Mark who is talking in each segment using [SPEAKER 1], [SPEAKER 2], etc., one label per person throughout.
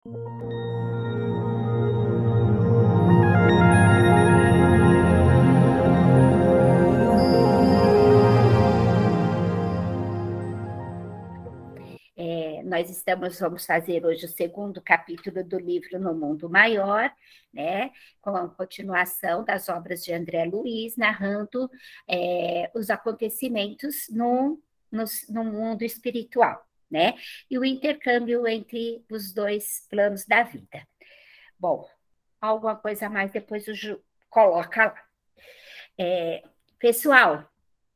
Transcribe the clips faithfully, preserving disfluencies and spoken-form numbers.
[SPEAKER 1] É, nós estamos, vamos fazer hoje o segundo capítulo do livro No Mundo Maior, né, com a continuação das obras de André Luiz, narrando é, os acontecimentos no, no, no mundo espiritual, né, e o intercâmbio entre os dois planos da vida. Bom, alguma coisa a mais depois o Ju coloca lá. É, pessoal,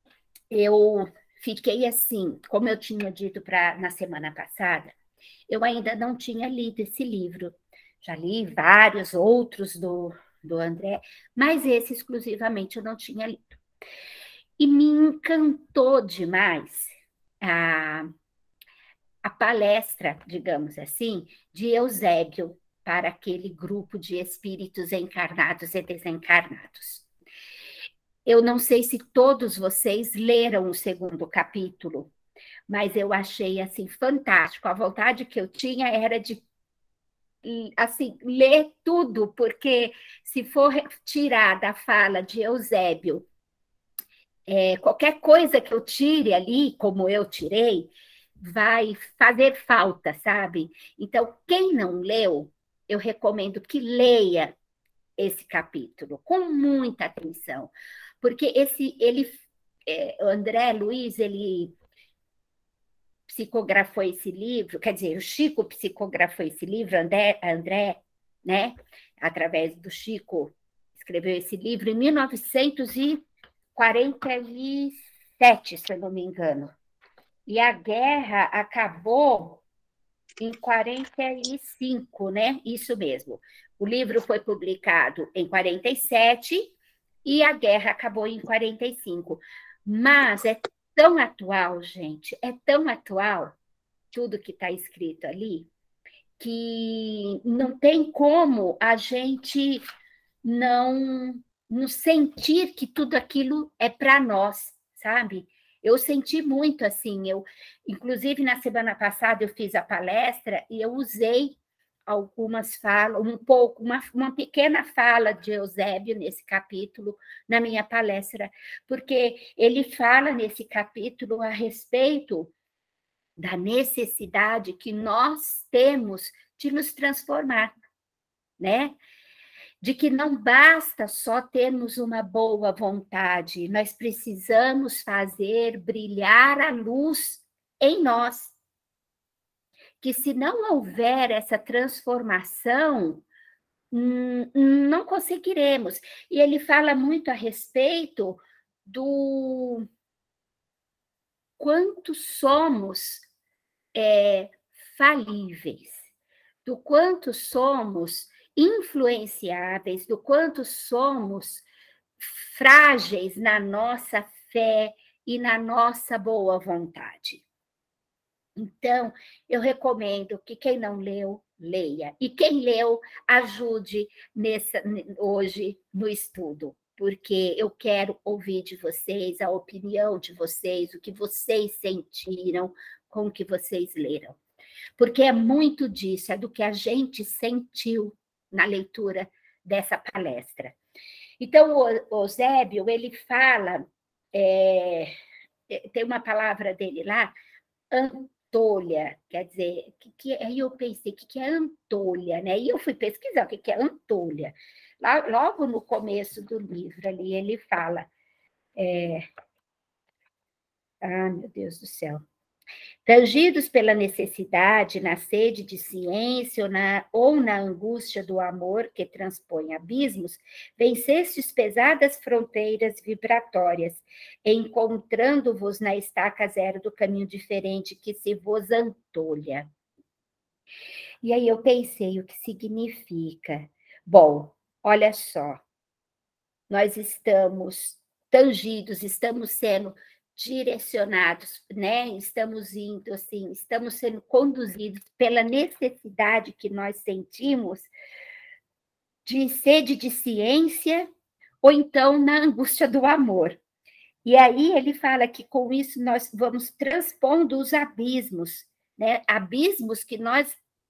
[SPEAKER 1] eu fiquei assim, como eu tinha dito pra, na semana passada, eu ainda não tinha lido esse livro. Já li vários outros do, do André, mas esse exclusivamente eu não tinha lido. E me encantou demais a, a palestra, digamos assim, de Eusébio para aquele grupo de espíritos encarnados e desencarnados. Eu não sei se todos vocês leram o segundo capítulo, mas eu achei assim fantástico. A vontade que eu tinha era de assim ler tudo, porque se for tirar da fala de Eusébio é, qualquer coisa que eu tire ali, como eu tirei, vai fazer falta, sabe? Então, quem não leu, eu recomendo que leia esse capítulo com muita atenção, porque esse ele é, o André Luiz ele psicografou esse livro, quer dizer, o Chico psicografou esse livro, André, André, né? Através do Chico, escreveu esse livro em mil novecentos e quarenta e sete, se eu não me engano. E a guerra acabou em quarenta e cinco, né? Isso mesmo. O livro foi publicado em quarenta e sete e a guerra acabou em quarenta e cinco. Mas é tão atual, gente, é tão atual tudo que está escrito ali, que não tem como a gente não, não sentir que tudo aquilo é para nós, sabe? Eu senti muito assim, eu, inclusive na semana passada eu fiz a palestra e eu usei algumas falas, um pouco, uma, uma pequena fala de Eusébio nesse capítulo, na minha palestra, porque ele fala nesse capítulo a respeito da necessidade que nós temos de nos transformar, né? De que não basta só termos uma boa vontade, nós precisamos fazer brilhar a luz em nós. Que se não houver essa transformação, não conseguiremos. E ele fala muito a respeito do quanto somos é, falíveis, do quanto somos influenciáveis, do quanto somos frágeis na nossa fé e na nossa boa vontade. Então, eu recomendo que quem não leu, leia. E quem leu, ajude nessa, hoje no estudo, porque eu quero ouvir de vocês a opinião de vocês, o que vocês sentiram com o que vocês leram. Porque é muito disso, é do que a gente sentiu na leitura dessa palestra. Então, o Eusébio, ele fala, é, tem uma palavra dele lá, antolha, quer dizer, que, que, aí eu pensei, o que, que é antolha, né? E eu fui pesquisar o que, que é antolha. Lá, logo no começo do livro ali, ele fala, é, ah, meu Deus do céu, tangidos pela necessidade, na sede de ciência ou na, ou na angústia do amor que transpõe abismos, vencestes pesadas fronteiras vibratórias, encontrando-vos na estaca zero do caminho diferente que se vos antolha. E aí eu pensei o que significa. Bom, olha só, nós estamos tangidos, estamos sendo direcionados, né? Estamos indo assim, estamos sendo conduzidos pela necessidade que nós sentimos de sede de ciência ou então na angústia do amor. E aí ele fala que com isso nós vamos transpondo os abismos, né? Abismos que nós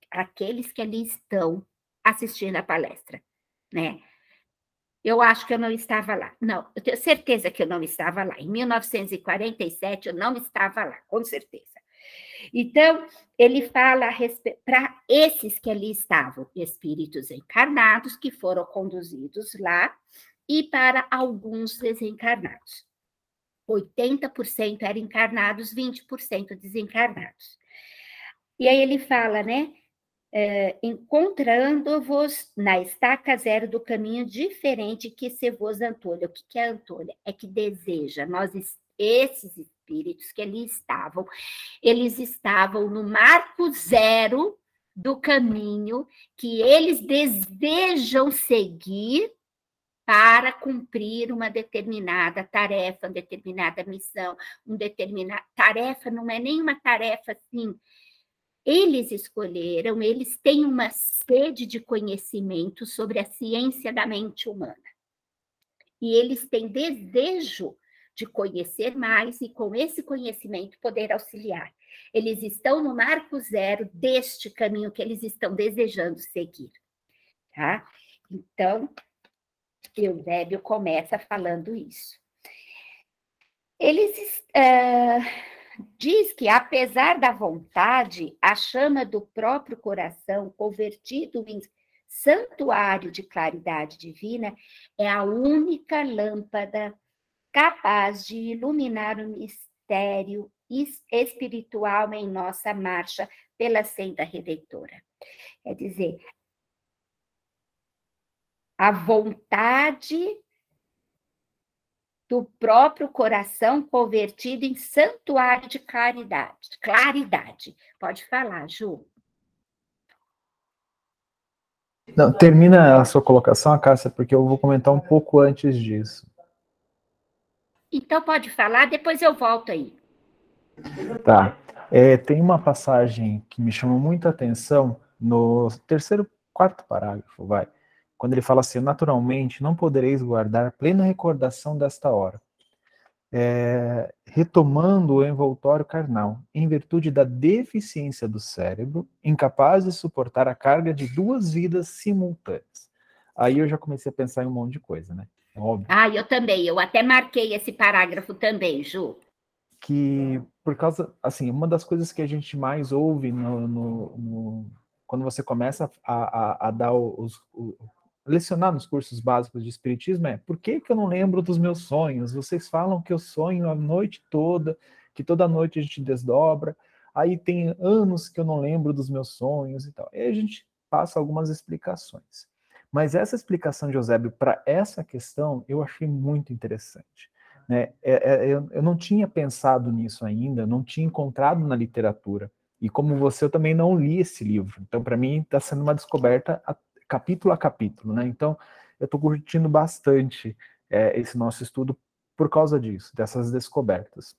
[SPEAKER 1] aqueles que ali estão assistindo a palestra, né? Eu acho que eu não estava lá. Não, eu tenho certeza que eu não estava lá. Em mil novecentos e quarenta e sete, eu não estava lá, com certeza. Então, ele fala para esses que ali estavam, espíritos encarnados que foram conduzidos lá, e para alguns desencarnados. oitenta por cento eram encarnados, vinte por cento desencarnados. E aí ele fala, né? É, encontrando-vos na estaca zero do caminho diferente que se vos Antônia. O que, que é Antônia? É que deseja, nós, esses espíritos que ali estavam, eles estavam no marco zero do caminho que eles desejam seguir para cumprir uma determinada tarefa, uma determinada missão, um determinada tarefa, não é nem uma tarefa assim. Eles escolheram, eles têm uma sede de conhecimento sobre a ciência da mente humana. E eles têm desejo de conhecer mais e, com esse conhecimento, poder auxiliar. Eles estão no marco zero deste caminho que eles estão desejando seguir. Tá? Então, Eusébio começa falando isso. Eles... Uh, diz que, apesar da vontade, a chama do próprio coração, convertido em santuário de claridade divina, é a única lâmpada capaz de iluminar o mistério espiritual em nossa marcha pela senda redentora. Quer dizer, a vontade do próprio coração convertido em santuário de claridade. Claridade. Pode falar, Ju.
[SPEAKER 2] Não, termina a sua colocação, Cássia, porque eu vou comentar um pouco antes disso.
[SPEAKER 1] Então pode falar, depois eu volto aí.
[SPEAKER 2] Tá. É, tem uma passagem que me chamou muita atenção no terceiro, quarto parágrafo, vai. Quando ele fala assim, naturalmente não podereis guardar plena recordação desta hora. É, retomando o envoltório carnal, em virtude da deficiência do cérebro, incapaz de suportar a carga de duas vidas simultâneas. Aí eu já comecei a pensar em um monte de coisa, né? É óbvio.
[SPEAKER 1] Ah, eu também, eu até marquei esse parágrafo também, Ju.
[SPEAKER 2] Que, por causa, assim, uma das coisas que a gente mais ouve no, no, no, quando você começa a, a, a dar os, os lecionar nos cursos básicos de espiritismo é: por que que eu não lembro dos meus sonhos? Vocês falam que eu sonho a noite toda, que toda noite a gente desdobra, aí tem anos que eu não lembro dos meus sonhos e tal. E aí a gente passa algumas explicações. Mas essa explicação de Eusébio para essa questão eu achei muito interessante. Né? É, é, eu, eu não tinha pensado nisso ainda, não tinha encontrado na literatura. E como você, eu também não li esse livro. Então, para mim, está sendo uma descoberta a capítulo a capítulo, né? Então, eu estou curtindo bastante é, esse nosso estudo por causa disso, dessas descobertas.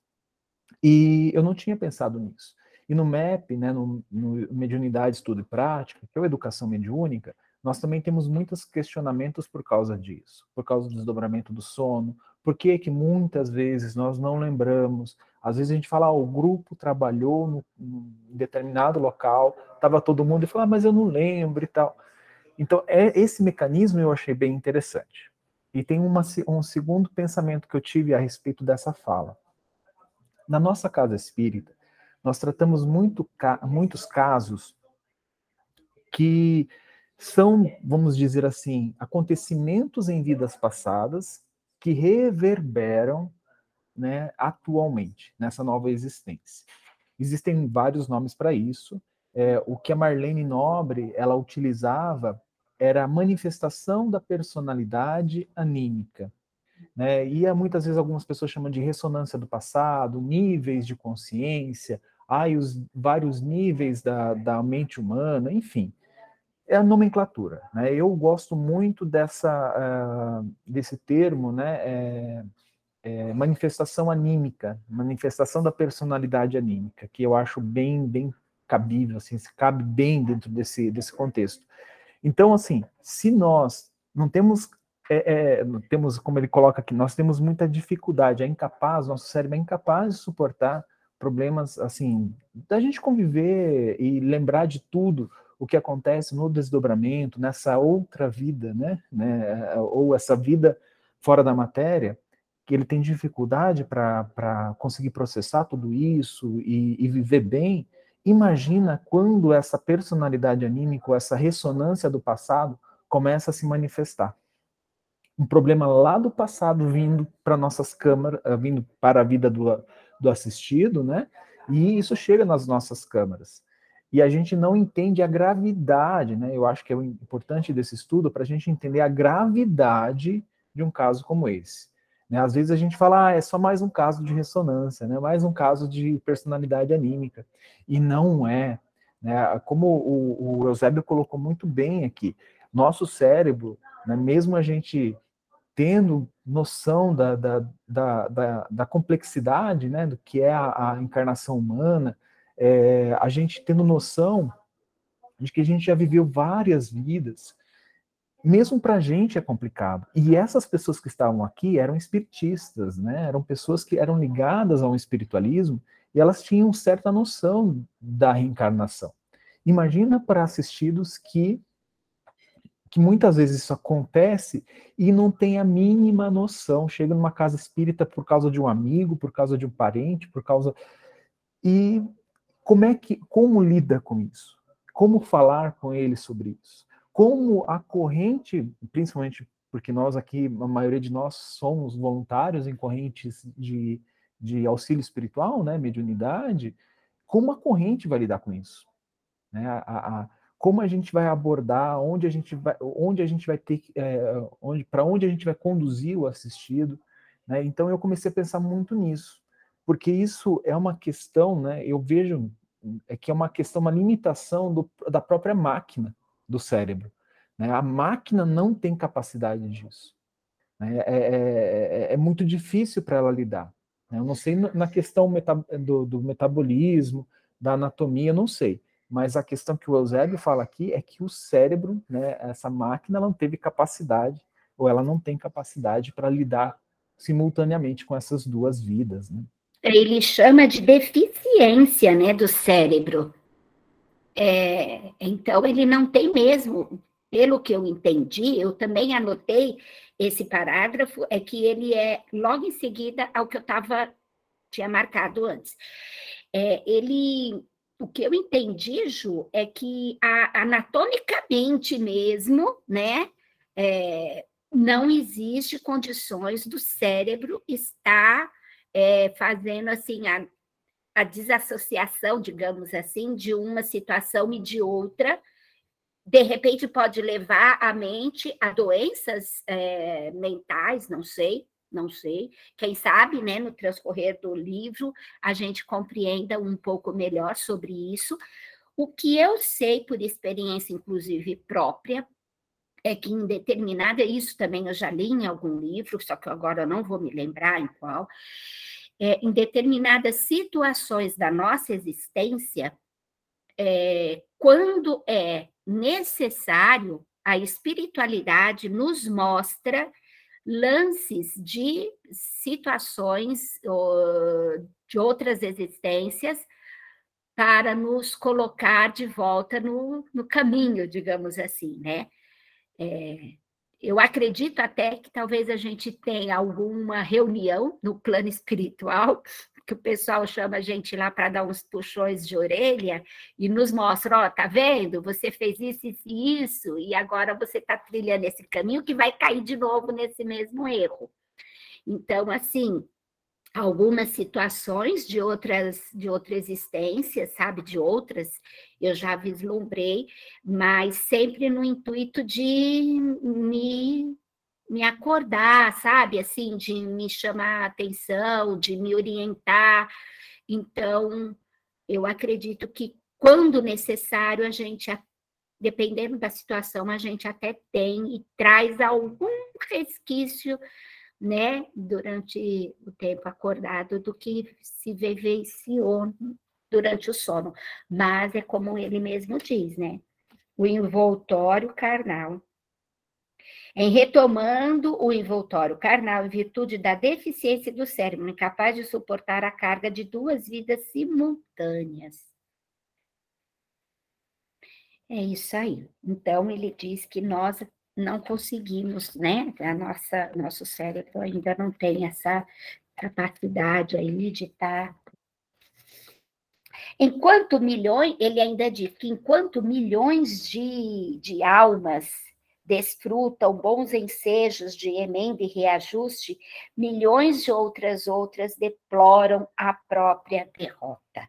[SPEAKER 2] E eu não tinha pensado nisso. E no M E P, né, no, no Mediunidade, Estudo e Prática, que é a Educação Mediúnica, nós também temos muitos questionamentos por causa disso, por causa do desdobramento do sono, por que que muitas vezes nós não lembramos, às vezes a gente fala, ah, o grupo trabalhou no, em determinado local, estava todo mundo e fala, ah, mas eu não lembro e tal. Então, é, esse mecanismo eu achei bem interessante. E tem uma, um segundo pensamento que eu tive a respeito dessa fala. Na nossa casa espírita, nós tratamos muito, muitos casos que são, vamos dizer assim, acontecimentos em vidas passadas que reverberam, né, atualmente, nessa nova existência. Existem vários nomes para isso. É, o que a Marlene Nobre ela utilizava era a manifestação da personalidade anímica. Né? E muitas vezes algumas pessoas chamam de ressonância do passado, níveis de consciência, ai, os vários níveis da, da mente humana, enfim. É a nomenclatura. Né? Eu gosto muito dessa, uh, desse termo, né? É, é, manifestação anímica, manifestação da personalidade anímica, que eu acho bem, bem cabível, assim, se cabe bem dentro desse, desse contexto. Então, assim, se nós não temos, é, é, temos, como ele coloca aqui, nós temos muita dificuldade, é incapaz, nosso cérebro é incapaz de suportar problemas, assim, da gente conviver e lembrar de tudo, o que acontece no desdobramento, nessa outra vida, né, né, ou essa vida fora da matéria, que ele tem dificuldade para conseguir processar tudo isso e, e viver bem. Imagina quando essa personalidade anímica, essa ressonância do passado começa a se manifestar. Um problema lá do passado vindo para nossas câmaras, vindo para a vida do, do assistido, né? E isso chega nas nossas câmaras. E a gente não entende a gravidade, né? Eu acho que é o importante desse estudo para a gente entender a gravidade de um caso como esse. Né? Às vezes a gente fala, ah, é só mais um caso de ressonância, né? Mais um caso de personalidade anímica. E não é. Né? Como o, o Eusébio colocou muito bem aqui, nosso cérebro, né, mesmo a gente tendo noção da, da, da, da, da complexidade, né, do que é a, a encarnação humana, é, a gente tendo noção de que a gente já viveu várias vidas, mesmo para a gente é complicado. E essas pessoas que estavam aqui eram espiritistas, né, eram pessoas que eram ligadas ao espiritualismo e elas tinham certa noção da reencarnação. Imagina para assistidos que que muitas vezes isso acontece e não tem a mínima noção, chega numa casa espírita por causa de um amigo, por causa de um parente, por causa... E como é que, como lida com isso? Como falar com ele sobre isso? Como a corrente, principalmente porque nós aqui, a maioria de nós somos voluntários em correntes de, de auxílio espiritual, né, mediunidade, como a corrente vai lidar com isso? Né? A, a, como a gente vai abordar, onde a gente vai, onde a gente vai ter, é, onde, para onde a gente vai conduzir o assistido, né? Então eu comecei a pensar muito nisso, porque isso é uma questão, né? Eu vejo é que é uma questão, uma limitação do, da própria máquina do cérebro, né? A máquina não tem capacidade disso, né? É, é, é, é muito difícil para ela lidar. Né? Eu não sei na questão meta, do, do metabolismo, da anatomia, eu não sei. Mas a questão que o Eusébio fala aqui é que o cérebro, né, essa máquina, ela não teve capacidade, ou ela não tem capacidade para lidar simultaneamente com essas duas vidas. Né?
[SPEAKER 1] Ele chama de deficiência, né, do cérebro. É, então, ele não tem mesmo, pelo que eu entendi, eu também anotei esse parágrafo, é que ele é logo em seguida ao que eu tava, tinha marcado antes. É, ele... O que eu entendi, Ju, é que a, anatomicamente mesmo, né, é, não existe condições do cérebro estar é, fazendo assim a, a desassociação, digamos assim, de uma situação e de outra. De repente pode levar a mente a doenças é, mentais, não sei, não sei. Quem sabe, né, no transcorrer do livro, a gente compreenda um pouco melhor sobre isso. O que eu sei por experiência, inclusive, própria, é que em determinada, isso também eu já li em algum livro, só que agora eu não vou me lembrar em qual, é, em determinadas situações da nossa existência, é, quando é necessário, a espiritualidade nos mostra lances de situações de outras existências para nos colocar de volta no, no caminho, digamos assim, né? É, eu acredito até que talvez a gente tenha alguma reunião no plano espiritual, que o pessoal chama a gente lá para dar uns puxões de orelha e nos mostra, ó, tá vendo? Você fez isso, isso e isso, e agora você está trilhando esse caminho que vai cair de novo nesse mesmo erro. Então, assim, algumas situações de outras, de outra existência, sabe, de outras, eu já vislumbrei, mas sempre no intuito de me, me acordar, sabe, assim, de me chamar a atenção, de me orientar. Então, eu acredito que quando necessário, a gente, dependendo da situação, a gente até tem e traz algum resquício, né, durante o tempo acordado do que se vivenciou durante o sono. Mas é como ele mesmo diz, né? O envoltório carnal. Em retomando o envoltório carnal, em virtude da deficiência do cérebro, incapaz de suportar a carga de duas vidas simultâneas. É isso aí. Então, ele diz que nós não conseguimos, né? A nossa, nosso cérebro ainda não tem essa capacidade aí de estar. Enquanto milhões, ele ainda diz que enquanto milhões de, de almas desfrutam bons ensejos de emenda e reajuste, milhões de outras outras deploram a própria derrota.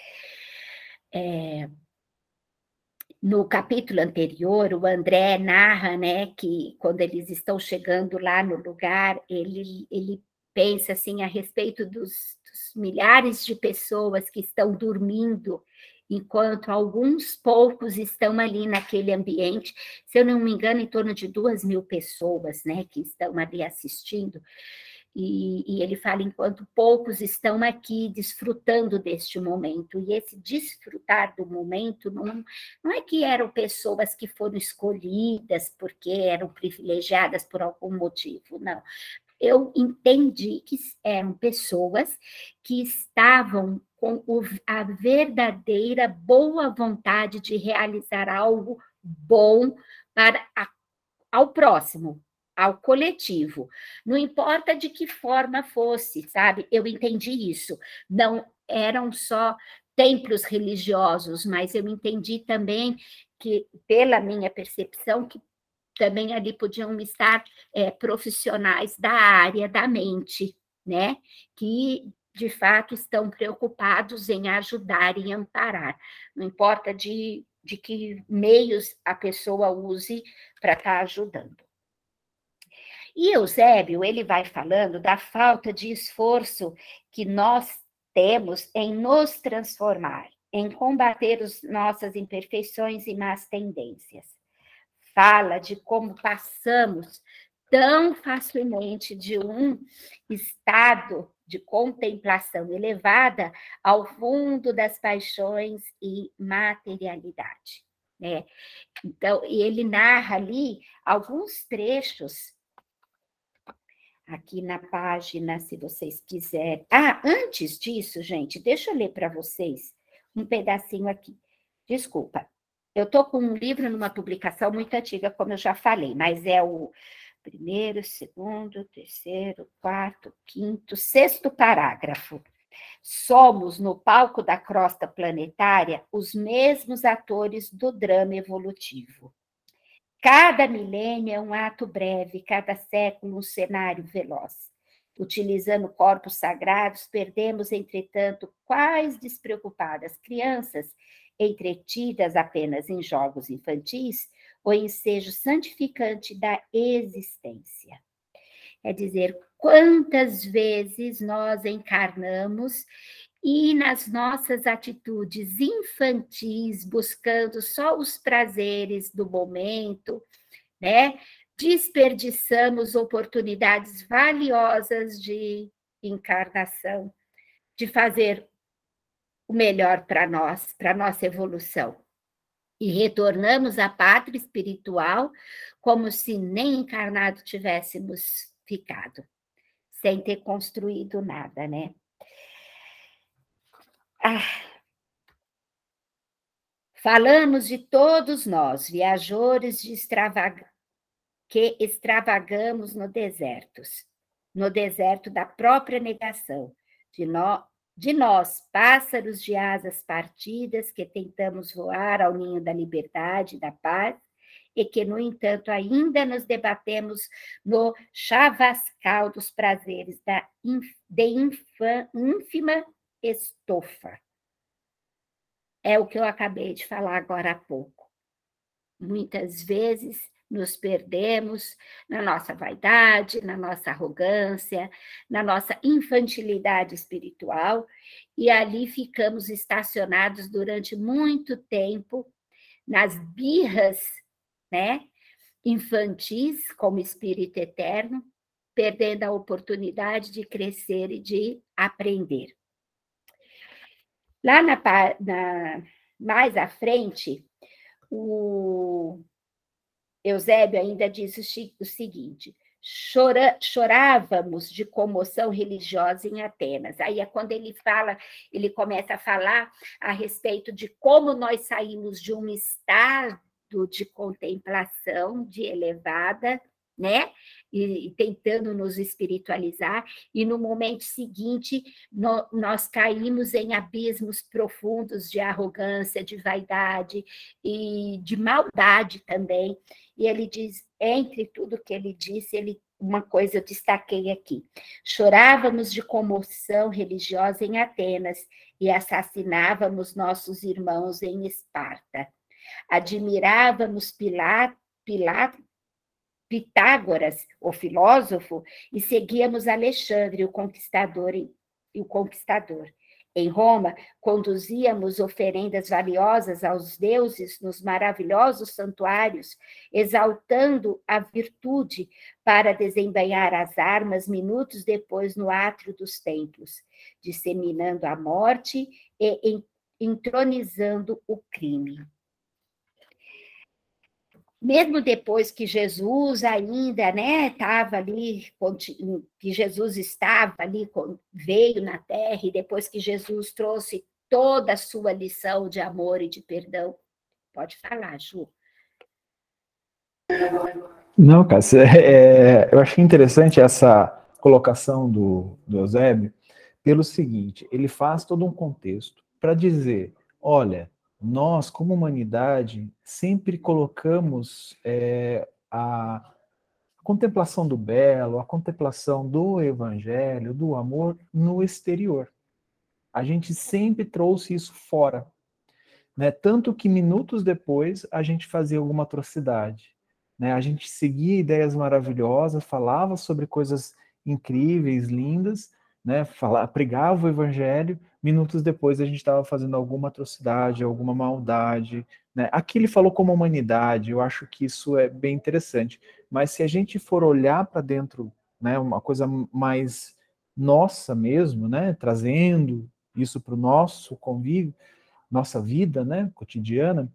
[SPEAKER 1] É, no capítulo anterior, o André narra, né, que quando eles estão chegando lá no lugar, ele, ele pensa assim a respeito dos, dos milhares de pessoas que estão dormindo, enquanto alguns poucos estão ali naquele ambiente. Se eu não me engano, em torno de duas mil pessoas, né, que estão ali assistindo. E, e, ele fala, enquanto poucos estão aqui desfrutando deste momento. E esse desfrutar do momento não, não é que eram pessoas que foram escolhidas porque eram privilegiadas por algum motivo, não. Eu entendi que eram pessoas que estavam com a verdadeira boa vontade de realizar algo bom para a, ao próximo, ao coletivo. Não importa de que forma fosse, sabe? Eu entendi isso. Não eram só templos religiosos, mas eu entendi também que, pela minha percepção, que também ali podiam estar é, profissionais da área da mente, né? Que de fato estão preocupados em ajudar e amparar. Não importa de, de que meios a pessoa use para estar ajudando. E Eusébio, ele vai falando da falta de esforço que nós temos em nos transformar, em combater as nossas imperfeições e más tendências. Fala de como passamos tão facilmente de um estado de contemplação elevada ao fundo das paixões e materialidade, né? Então, e ele narra ali alguns trechos aqui na página, se vocês quiserem. Ah, antes disso, gente, deixa eu ler para vocês um pedacinho aqui. Desculpa, eu estou com um livro numa publicação muito antiga, como eu já falei, mas é o primeiro, segundo, terceiro, quarto, quinto, sexto parágrafo. Somos, no palco da crosta planetária, os mesmos atores do drama evolutivo. Cada milênio é um ato breve, cada século um cenário veloz. Utilizando corpos sagrados, perdemos, entretanto, quais despreocupadas crianças, entretidas apenas em jogos infantis, o ensejo santificante da existência. É dizer, quantas vezes nós encarnamos e nas nossas atitudes infantis, buscando só os prazeres do momento, né? Desperdiçamos oportunidades valiosas de encarnação, de fazer o melhor para nós, para a nossa evolução. E retornamos à pátria espiritual como se nem encarnado tivéssemos ficado, sem ter construído nada, né? Ah, falamos de todos nós, viajores de extravag... que extravagamos no deserto, no deserto da própria negação, de, no... de nós, pássaros de asas partidas, que tentamos voar ao ninho da liberdade e da paz, e que, no entanto, ainda nos debatemos no chavascal dos prazeres da inf... de infa... ínfima estofa. É o que eu acabei de falar agora há pouco. Muitas vezes nos perdemos na nossa vaidade, na nossa arrogância, na nossa infantilidade espiritual, e ali ficamos estacionados durante muito tempo nas birras, né, infantis, como espírito eterno, perdendo a oportunidade de crescer e de aprender. Lá na, na, mais à frente, o Eusébio ainda diz o, o seguinte: Chora, chorávamos de comoção religiosa em Atenas. Aí é quando ele fala, ele começa a falar a respeito de como nós saímos de um estado de contemplação, de elevada, né? E, e tentando nos espiritualizar, e no momento seguinte no, nós caímos em abismos profundos de arrogância, de vaidade e de maldade também. E ele diz, entre tudo que ele disse, ele, uma coisa eu destaquei aqui: chorávamos de comoção religiosa em Atenas e assassinávamos nossos irmãos em Esparta. Admirávamos Pilato, Pilato Pitágoras, o filósofo, e seguíamos Alexandre, o conquistador, e o conquistador. Em Roma, conduzíamos oferendas valiosas aos deuses nos maravilhosos santuários, exaltando a virtude para desembainhar as armas minutos depois no átrio dos templos, disseminando a morte e entronizando o crime. Mesmo depois que Jesus ainda, né, estava ali, que Jesus estava ali, veio na Terra, e depois que Jesus trouxe toda a sua lição de amor e de perdão. Pode falar, Ju.
[SPEAKER 2] Não, cara, é, eu achei interessante essa colocação do, do Eusébio, pelo seguinte: ele faz todo um contexto para dizer, olha, nós, como humanidade, sempre colocamos é, a contemplação do belo, a contemplação do evangelho, do amor, no exterior. A gente sempre trouxe isso fora, né? Tanto que minutos depois a gente fazia alguma atrocidade, né? A gente seguia ideias maravilhosas, falava sobre coisas incríveis, lindas, né? Falava, pregava o evangelho, minutos depois a gente estava fazendo alguma atrocidade, alguma maldade, né? Aqui ele falou como humanidade, eu acho que isso é bem interessante, mas se a gente for olhar para dentro, né, uma coisa mais nossa mesmo, né, trazendo isso para o nosso convívio, nossa vida, né, cotidiana,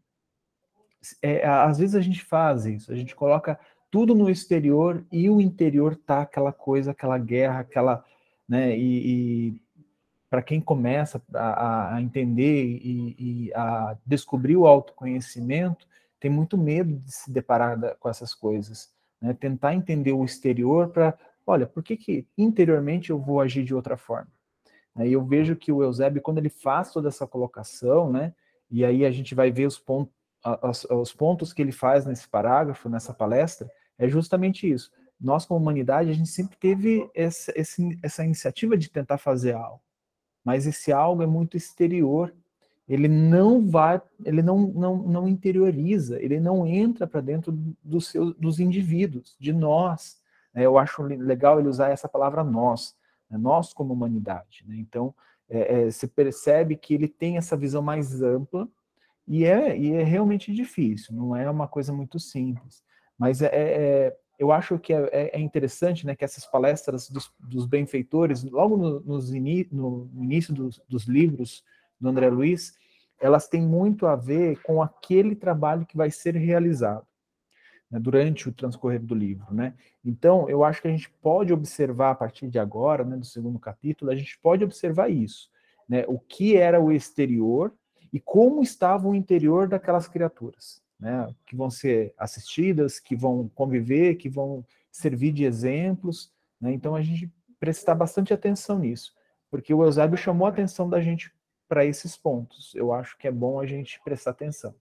[SPEAKER 2] é, às vezes a gente faz isso, a gente coloca tudo no exterior e o interior tá aquela coisa, aquela guerra, aquela, né, e, e para quem começa a, a entender e, e a descobrir o autoconhecimento, tem muito medo de se deparar da, com essas coisas, né, tentar entender o exterior para, olha, por que que interiormente eu vou agir de outra forma? E eu vejo que o Eusébio, quando ele faz toda essa colocação, né, e aí a gente vai ver os pontos, os pontos que ele faz nesse parágrafo, nessa palestra, é justamente isso. Nós, como humanidade, a gente sempre teve essa, essa iniciativa de tentar fazer algo, mas esse algo é muito exterior. Ele não vai, ele não, não, não interioriza, ele não entra para dentro do seu, dos indivíduos, de nós. Eu acho legal ele usar essa palavra nós, nós como humanidade, né? Então, é, é, você percebe que ele tem essa visão mais ampla, e é, e é realmente difícil, não é uma coisa muito simples, mas é, é, eu acho que é, é interessante, né, que essas palestras dos, dos benfeitores, logo no, nos ini, no início dos, dos livros do André Luiz, elas têm muito a ver com aquele trabalho que vai ser realizado, né, durante o transcorrer do livro, né? Então, eu acho que a gente pode observar a partir de agora, né, do segundo capítulo, a gente pode observar isso, né? O que era o exterior e como estava o interior daquelas criaturas, né? Que vão ser assistidas, que vão conviver, que vão servir de exemplos, né? Então, a gente prestar bastante atenção nisso, porque o Eusébio chamou a atenção da gente para esses pontos. Eu acho que é bom a gente prestar atenção.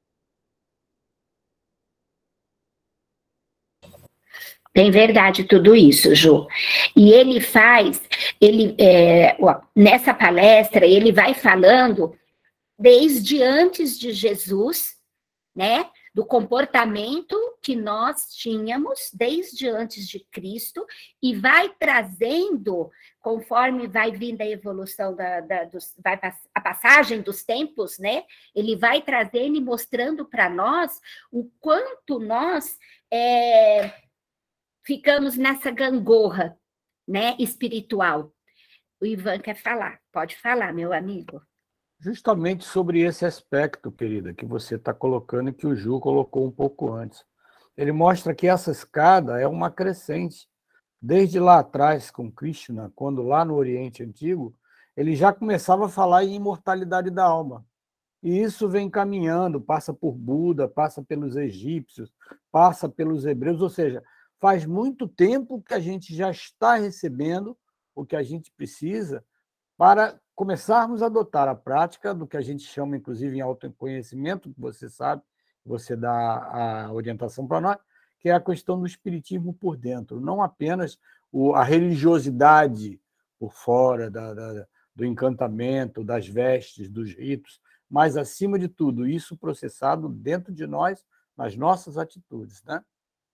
[SPEAKER 1] Tem verdade tudo isso, Ju. E ele faz, ele é, nessa palestra, ele vai falando desde antes de Jesus, né? Do comportamento que nós tínhamos desde antes de Cristo, e vai trazendo, conforme vai vindo a evolução, da, da, dos, vai, a passagem dos tempos, né? Ele vai trazendo e mostrando para nós o quanto nós é, ficamos nessa gangorra, né, espiritual. O Ivan quer falar, pode falar, meu amigo.
[SPEAKER 3] Justamente sobre esse aspecto, querida, que você está colocando e que o Ju colocou um pouco antes. Ele mostra que essa escada é uma crescente. Desde lá atrás, com Krishna, quando lá no Oriente Antigo, ele já começava a falar em imortalidade da alma. E isso vem caminhando, passa por Buda, passa pelos egípcios, passa pelos hebreus, ou seja, faz muito tempo que a gente já está recebendo o que a gente precisa para começarmos a adotar a prática do que a gente chama, inclusive, em autoconhecimento, que você sabe, você dá a orientação para nós, que é a questão do espiritismo por dentro, não apenas a religiosidade por fora da, da, do encantamento, das vestes, dos ritos, mas, acima de tudo, isso processado dentro de nós, nas nossas atitudes, né?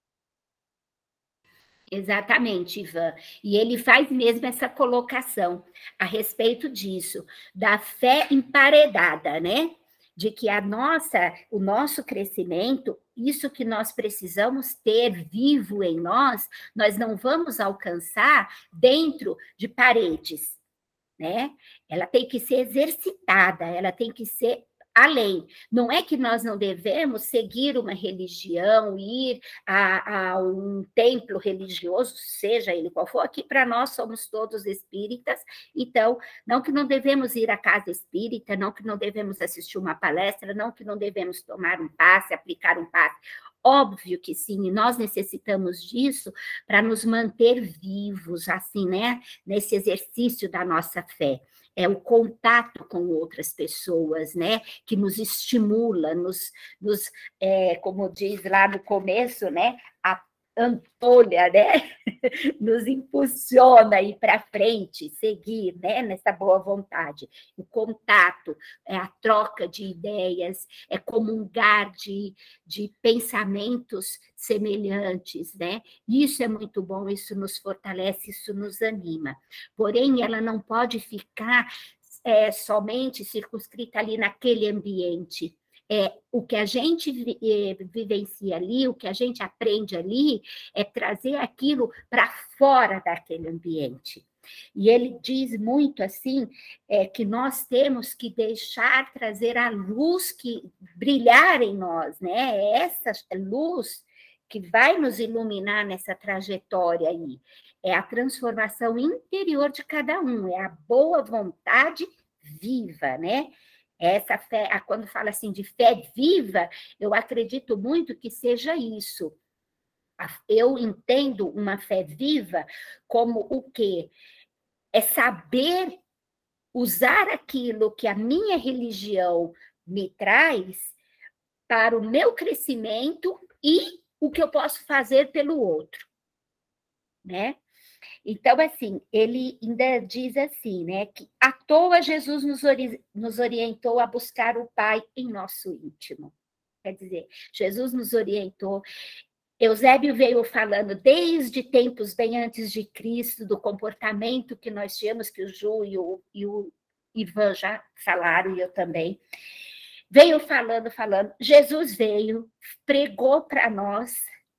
[SPEAKER 1] Exatamente, Ivan. E ele faz mesmo essa colocação a respeito disso, da fé emparedada, né? De que a nossa, o nosso crescimento, isso que nós precisamos ter vivo em nós, nós não vamos alcançar dentro de paredes, né? Ela tem que ser exercitada, ela tem que ser além. Não é que nós não devemos seguir uma religião, ir a, a um templo religioso, seja ele qual for, aqui para nós somos todos espíritas, então, não que não devemos ir à casa espírita, não que não devemos assistir uma palestra, não que não devemos tomar um passe, aplicar um passe. Óbvio que sim, e nós necessitamos disso para nos manter vivos, assim, né? Nesse exercício da nossa fé. É o contato com outras pessoas, né? Que nos estimula, nos, nos é, como diz lá no começo, né? A Antônia, né? Nos impulsiona a ir para frente, seguir, né? Nessa boa vontade. O contato, é a troca de ideias, é comungar de, de pensamentos semelhantes, né? Isso é muito bom, isso nos fortalece, isso nos anima. Porém, ela não pode ficar é, somente circunscrita ali naquele ambiente. É, o que a gente vivencia ali, o que a gente aprende ali, é trazer aquilo para fora daquele ambiente. E ele diz muito assim, é, que nós temos que deixar trazer a luz que brilhar em nós, né? É essa luz que vai nos iluminar nessa trajetória aí. É a transformação interior de cada um, é a boa vontade viva, né? Essa fé, quando fala assim de fé viva, eu acredito muito que seja isso. Eu entendo uma fé viva como o quê? É saber usar aquilo que a minha religião me traz para o meu crescimento e o que eu posso fazer pelo outro, né? Então, assim, ele ainda diz assim, né, que à toa Jesus nos, ori nos orientou a buscar o Pai em nosso íntimo. Quer dizer, Jesus nos orientou. Eusébio veio falando desde tempos bem antes de Cristo, do comportamento que nós tínhamos, que o Ju e o, e o Ivan já falaram, e eu também. Veio falando, falando. Jesus veio, pregou para nós,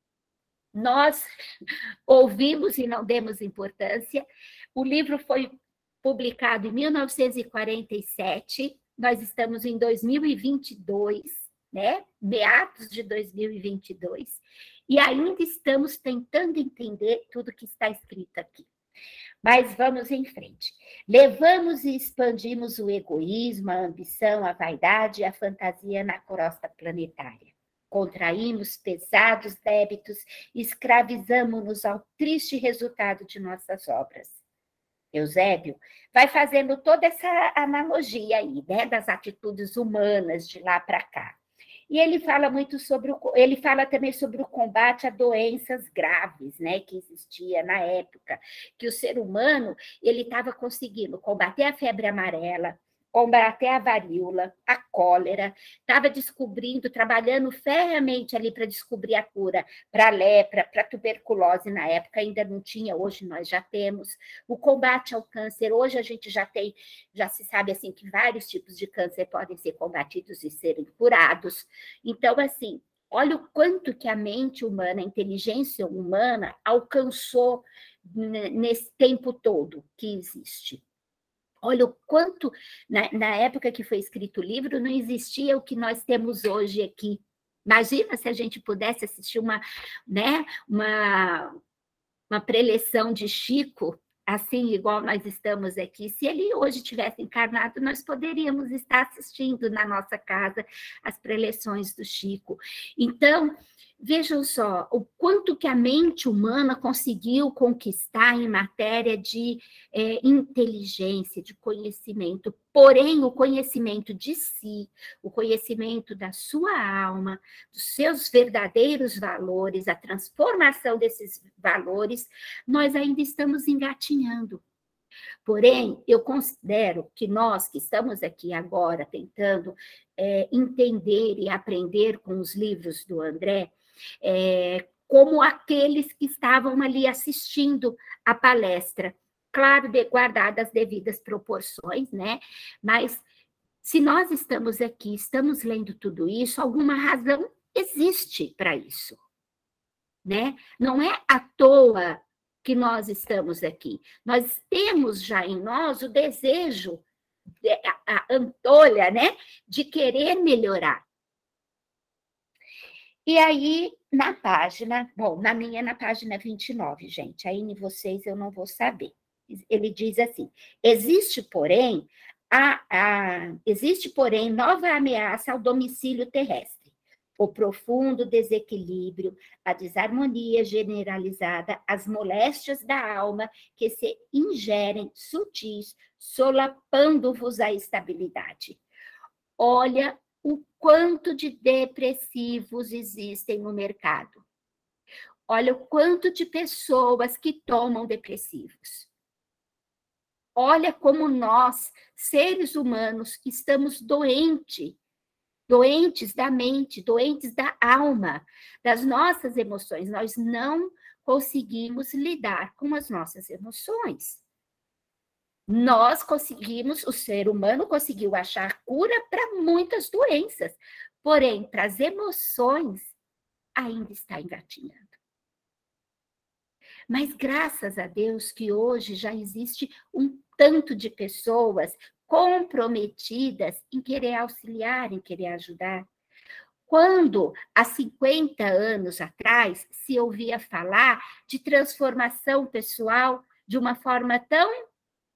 [SPEAKER 1] nós ouvimos e não demos importância. O livro foi publicado em mil novecentos e quarenta e sete, nós estamos em dois mil e vinte e dois, né? Meados de dois mil e vinte e dois, e ainda estamos tentando entender tudo que está escrito aqui. Mas vamos em frente. Levamos e expandimos o egoísmo, a ambição, a vaidade e a fantasia na crosta planetária. Contraímos pesados débitos e escravizamos-nos ao triste resultado de nossas obras. Eusébio vai fazendo toda essa analogia aí, né, das atitudes humanas de lá para cá. E ele fala muito sobre o, ele fala também sobre o combate a doenças graves, né, que existia na época, que o ser humano ele estava conseguindo combater a febre amarela, combater a varíola, a cólera, estava descobrindo, trabalhando ferreamente ali para descobrir a cura para a lepra, para a tuberculose, na época ainda não tinha, hoje nós já temos, o combate ao câncer, hoje a gente já tem, já se sabe assim que vários tipos de câncer podem ser combatidos e serem curados. Então, assim, olha o quanto que a mente humana, a inteligência humana alcançou nesse tempo todo que existe. Olha o quanto, na, na época que foi escrito o livro, não existia o que nós temos hoje aqui. Imagina se a gente pudesse assistir uma, né, uma, uma preleção de Chico assim, igual nós estamos aqui, se ele hoje tivesse encarnado, nós poderíamos estar assistindo na nossa casa as preleções do Chico. Então, vejam só, o quanto que a mente humana conseguiu conquistar em matéria de é, inteligência, de conhecimento. Porém, o conhecimento de si, o conhecimento da sua alma, dos seus verdadeiros valores, a transformação desses valores, nós ainda estamos engatinhando. Porém, eu considero que nós que estamos aqui agora tentando é, entender e aprender com os livros do André, É, como aqueles que estavam ali assistindo a palestra, claro, de, guardadas as devidas proporções, né? Mas se nós estamos aqui, estamos lendo tudo isso, alguma razão existe para isso, né? Não é à toa que nós estamos aqui. Nós temos já em nós o desejo, a, a antolha, né? De querer melhorar. E aí, na página, bom, na minha, na página vinte e nove, gente, aí em vocês eu não vou saber. Ele diz assim, existe, porém, a, a, existe, porém, nova ameaça ao domicílio terrestre, o profundo desequilíbrio, a desarmonia generalizada, as moléstias da alma que se ingerem sutis, solapando-vos a estabilidade. Olha o quanto de depressivos existem no mercado. Olha o quanto de pessoas que tomam depressivos. Olha como nós, seres humanos, estamos doentes, doentes da mente, doentes da alma, das nossas emoções. Nós não conseguimos lidar com as nossas emoções. Nós conseguimos, o ser humano conseguiu achar cura para muitas doenças, porém, para as emoções, ainda está engatinhando. Mas graças a Deus que hoje já existe um tanto de pessoas comprometidas em querer auxiliar, em querer ajudar. Quando, há cinquenta anos atrás, se ouvia falar de transformação pessoal de uma forma tão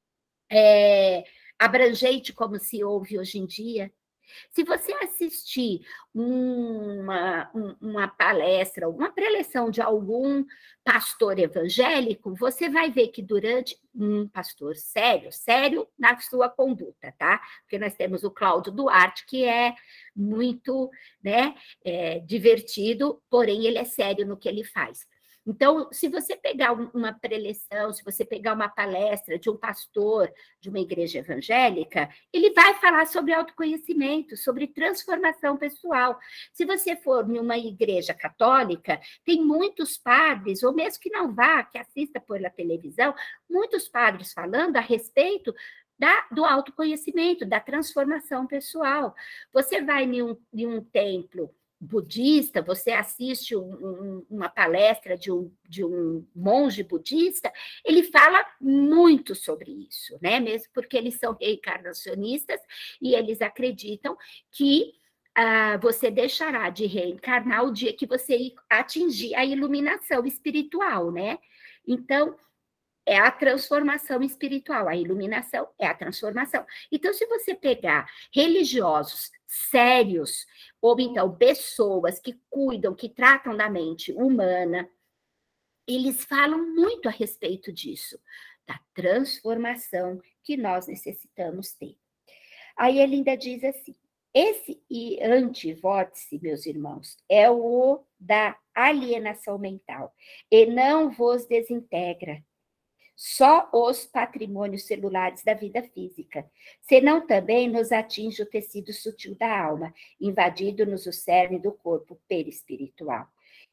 [SPEAKER 1] É, abrangente como se ouve hoje em dia. Se você assistir uma, uma palestra, uma preleção de algum pastor evangélico, você vai ver que durante um pastor sério, sério na sua conduta, tá? Porque nós temos o Cláudio Duarte, que é muito, né, é, divertido, porém ele é sério no que ele faz. Então, se você pegar uma preleção, se você pegar uma palestra de um pastor de uma igreja evangélica, ele vai falar sobre autoconhecimento, sobre transformação pessoal. Se você for em uma igreja católica, tem muitos padres, ou mesmo que não vá, que assista pela televisão, muitos padres falando a respeito Da, do autoconhecimento, da transformação pessoal. Você vai em um, em um templo budista, você assiste um, um, uma palestra de um, de um monge budista, ele fala muito sobre isso, né? Mesmo porque eles são reencarnacionistas e eles acreditam que ah, você deixará de reencarnar o dia que você atingir a iluminação espiritual, né? Então, é a transformação espiritual, a iluminação é a transformação. Então, se você pegar religiosos sérios, ou então pessoas que cuidam, que tratam da mente humana, eles falam muito a respeito disso, da transformação que nós necessitamos ter. Aí ele ainda diz assim, esse antivórtice, meus irmãos, é o da alienação mental, e não vos desintegra, só os patrimônios celulares da vida física, senão também nos atinge o tecido sutil da alma, invadindo-nos o cerne do corpo perispiritual.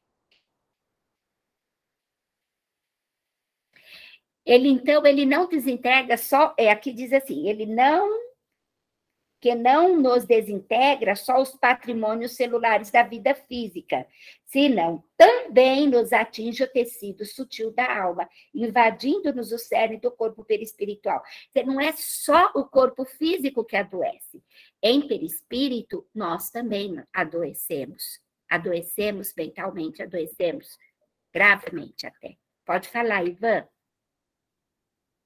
[SPEAKER 1] Ele, então, ele não desintegra só, é, aqui diz assim, ele não, que não nos desintegra só os patrimônios celulares da vida física, senão também nos atinge o tecido sutil da alma, invadindo-nos o cerne do corpo perispiritual. Não é só o corpo físico que adoece. Em perispírito, nós também adoecemos. Adoecemos mentalmente, adoecemos gravemente até. Pode falar, Ivan.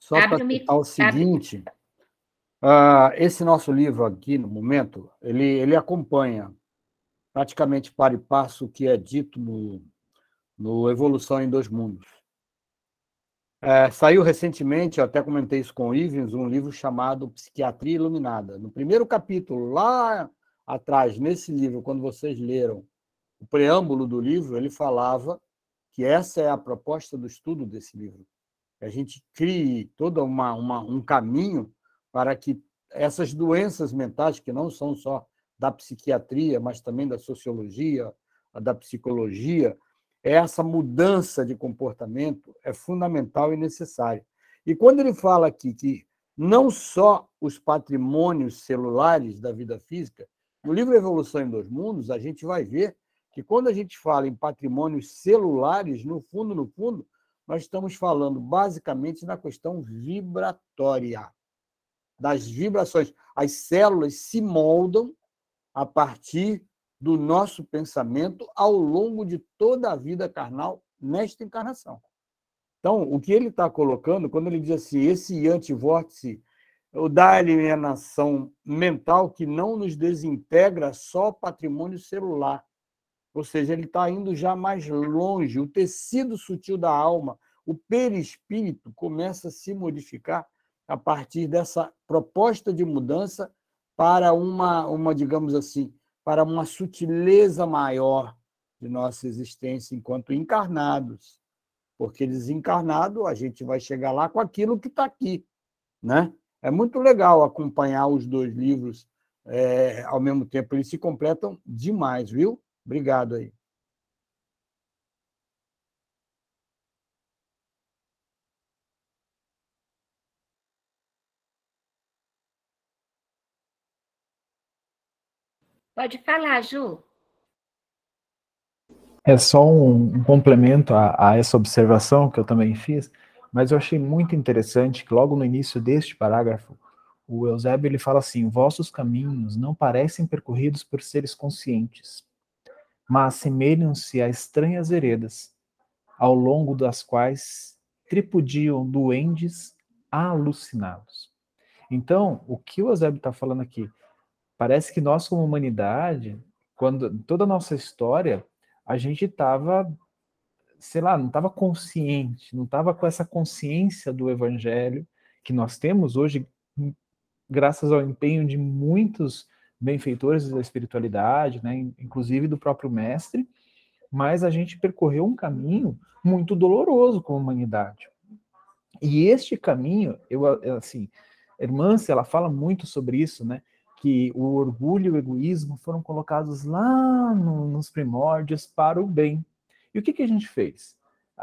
[SPEAKER 3] Só para citar o seguinte, uh, esse nosso livro aqui, no momento, ele, ele acompanha praticamente para e passo o que é dito no, no Evolução em Dois Mundos. É, saiu recentemente, eu até comentei isso com o Ivens, um livro chamado Psiquiatria Iluminada. No primeiro capítulo, lá atrás, nesse livro, quando vocês leram o preâmbulo do livro, ele falava que essa é a proposta do estudo desse livro. Que a gente crie todo uma, uma, um caminho para que essas doenças mentais, que não são só da psiquiatria, mas também da sociologia, da psicologia, essa mudança de comportamento é fundamental e necessária. E quando ele fala aqui que não só os patrimônios celulares da vida física, no livro Evolução em Dois Mundos, a gente vai ver que quando a gente fala em patrimônios celulares, no fundo, no fundo, nós estamos falando basicamente na questão vibratória, das vibrações. As células se moldam a partir do nosso pensamento ao longo de toda a vida carnal nesta encarnação. Então, o que ele está colocando, quando ele diz assim, esse antivórtice, o da alienação mental que não nos desintegra só patrimônio celular, ou seja, ele está indo já mais longe, o tecido sutil da alma, o perispírito começa a se modificar a partir dessa proposta de mudança para uma, uma digamos assim, para uma sutileza maior de nossa existência enquanto encarnados. Porque desencarnado, a gente vai chegar lá com aquilo que está aqui, né? É muito legal acompanhar os dois livros é, ao mesmo tempo, eles se completam demais, viu? Obrigado aí.
[SPEAKER 1] Pode falar, Ju.
[SPEAKER 2] É só um, um complemento a, a essa observação que eu também fiz, mas eu achei muito interessante que logo no início deste parágrafo, o Eusébio ele fala assim, vossos caminhos não parecem percorridos por seres conscientes, mas assemelham-se a estranhas veredas, ao longo das quais tripudiam duendes alucinados. Então, o que o Eusébio está falando aqui? Parece que nós, como humanidade, quando toda a nossa história, a gente estava, sei lá, não estava consciente, não estava com essa consciência do evangelho que nós temos hoje, graças ao empenho de muitos benfeitores da espiritualidade, né, inclusive do próprio mestre, mas a gente percorreu um caminho muito doloroso como humanidade. E este caminho, eu assim, a irmã, ela fala muito sobre isso, né, que o orgulho e o egoísmo foram colocados lá no, nos primórdios para o bem. E o que, que a gente fez?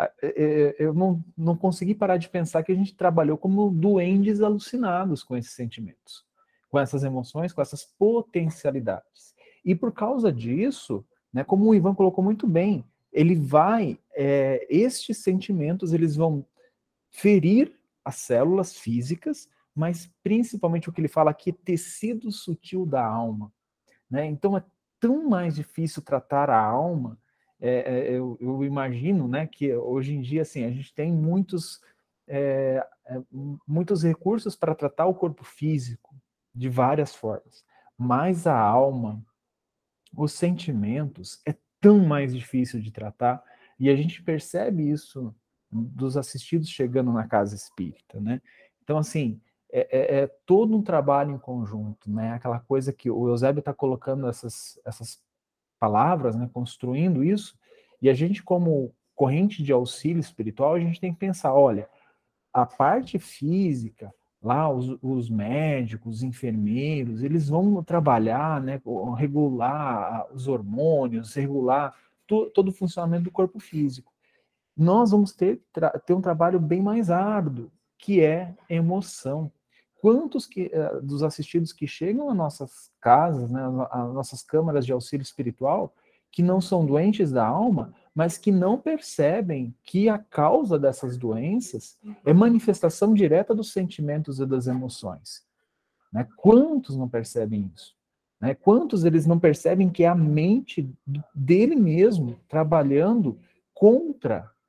[SPEAKER 2] Eu não, não consegui parar de pensar que a gente trabalhou como duendes alucinados com esses sentimentos, com essas emoções, com essas potencialidades. E por causa disso, né, como o Ivan colocou muito bem, ele vai, é, estes sentimentos, eles vão ferir as células físicas, mas principalmente o que ele fala aqui, tecido sutil da alma. Né? Então é tão mais difícil tratar a alma, é, é, eu, eu imagino, né, que hoje em dia assim, a gente tem muitos, é, é, muitos recursos para tratar o corpo físico de várias formas, mas a alma, os sentimentos, é tão mais difícil de tratar, e a gente percebe isso dos assistidos chegando na casa espírita, né? Então, assim, é, é, é todo um trabalho em conjunto, né? Aquela coisa que o Eusébio está colocando essas, essas palavras, né? Construindo isso, e a gente, como corrente de auxílio espiritual, a gente tem que pensar, olha, a parte física, lá os, os médicos, os enfermeiros, eles vão trabalhar, né? Regular os hormônios, regular to, todo o funcionamento do corpo físico. Nós vamos ter, ter um trabalho bem mais árduo, que é emoção. Quantos que, uh, dos assistidos que chegam às nossas casas, né, às nossas câmaras de auxílio espiritual, que não são doentes da alma, mas que não percebem que a causa dessas doenças é manifestação direta dos sentimentos e das emoções. Né? Quantos não percebem isso? Né? Quantos eles não percebem que é a mente dele mesmo trabalhando contra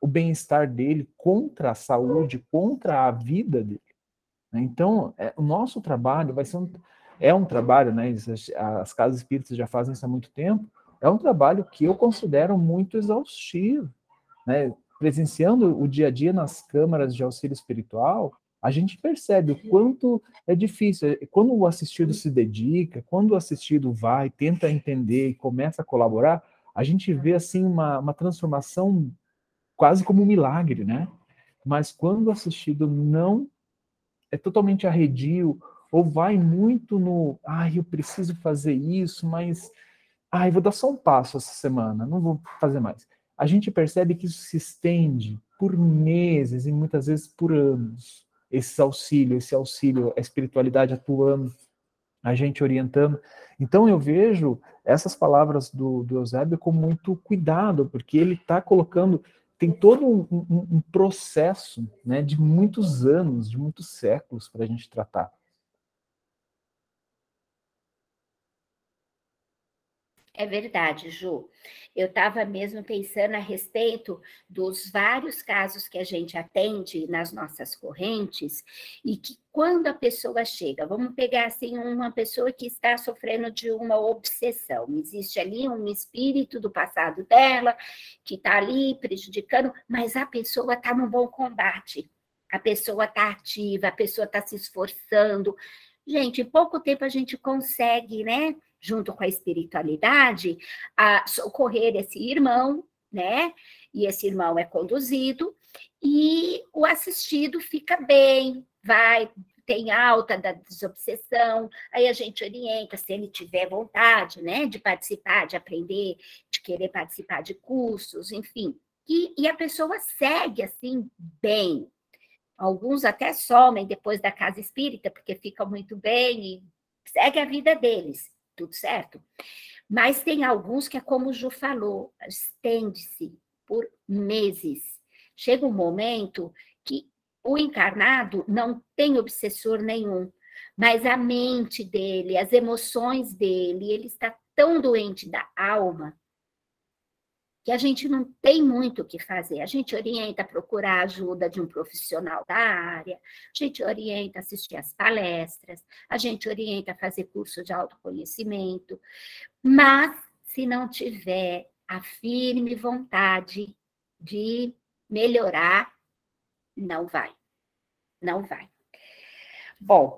[SPEAKER 2] o bem-estar dele contra a saúde, contra a vida dele. Então, é, o nosso trabalho vai ser um, é um trabalho, né? As, as casas espíritas já fazem isso há muito tempo, é um trabalho que eu considero muito exaustivo, né? Presenciando o dia a dia nas câmaras de auxílio espiritual, a gente percebe o quanto é difícil. Quando o assistido se dedica, quando o assistido vai, tenta entender e começa a colaborar, a gente vê assim uma, uma transformação quase como um milagre, né? Mas quando o assistido não é totalmente arredio, ou vai muito no, ai, eu preciso fazer isso, mas, ai, vou dar só um passo essa semana, não vou fazer mais. A gente percebe que isso se estende por meses e muitas vezes por anos. Esse auxílio, esse auxílio, a espiritualidade atuando, a gente orientando. Então eu vejo essas palavras do, do Eusébio com muito cuidado, porque ele está colocando, tem todo um, um, um processo, né, de muitos anos, de muitos séculos para a gente tratar.
[SPEAKER 1] É verdade, Ju. Eu estava mesmo pensando a respeito dos vários casos que a gente atende nas nossas correntes e que quando a pessoa chega, vamos pegar assim uma pessoa que está sofrendo de uma obsessão, existe ali um espírito do passado dela que está ali prejudicando, mas a pessoa está num bom combate, a pessoa está ativa, a pessoa está se esforçando. Gente, em pouco tempo a gente consegue, né, junto com a espiritualidade, a socorrer esse irmão, né? E esse irmão é conduzido, e o assistido fica bem, vai, tem alta da desobsessão, aí a gente orienta, se ele tiver vontade, né, de participar, de aprender, de querer participar de cursos, enfim. E, e a pessoa segue, assim, bem. Alguns até somem depois da casa espírita, porque ficam muito bem e segue a vida deles, tudo certo? Mas tem alguns que é como o Ju falou, estende-se por meses. Chega um momento que o encarnado não tem obsessor nenhum, mas a mente dele, as emoções dele, ele está tão doente da alma que a gente não tem muito o que fazer. A gente orienta a procurar a ajuda de um profissional da área, a gente orienta a assistir às palestras, a gente orienta a fazer curso de autoconhecimento, mas se não tiver a firme vontade de melhorar, não vai, não vai. Bom,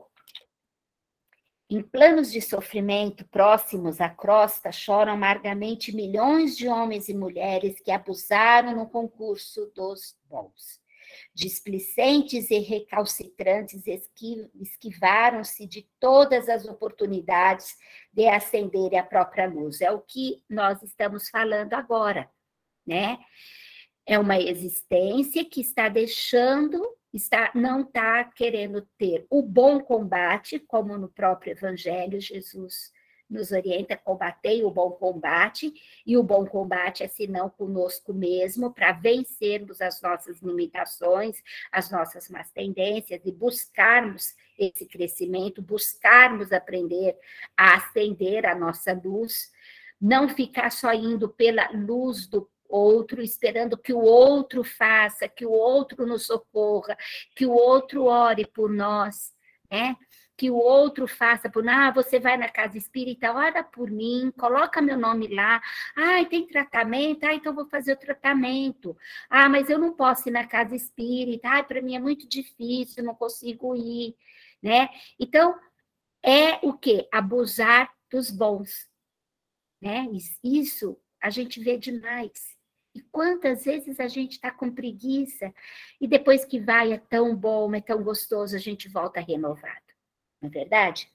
[SPEAKER 1] em planos de sofrimento próximos à crosta, choram amargamente milhões de homens e mulheres que abusaram no concurso dos bons. Displicentes e recalcitrantes esquivaram-se de todas as oportunidades de acender a própria luz. É o que nós estamos falando agora, né? É uma existência que está deixando, está, não está querendo ter o bom combate, como no próprio Evangelho Jesus nos orienta a combater o bom combate, e o bom combate é senão conosco mesmo, para vencermos as nossas limitações, as nossas más tendências, e buscarmos esse crescimento, buscarmos aprender a acender a nossa luz, não ficar só indo pela luz do outro, esperando que o outro faça, que o outro nos socorra, que o outro ore por nós, né? Que o outro faça por nós. Ah, você vai na casa espírita, ora por mim, coloca meu nome lá. Ah, tem tratamento? Ah, então vou fazer o tratamento. Ah, mas eu não posso ir na casa espírita. Ah, para mim é muito difícil, não consigo ir, né? Então, é o quê? Abusar dos bons, né? Isso a gente vê demais. E quantas vezes a gente está com preguiça e depois que vai é tão bom, é tão gostoso, a gente volta renovado. Não é verdade?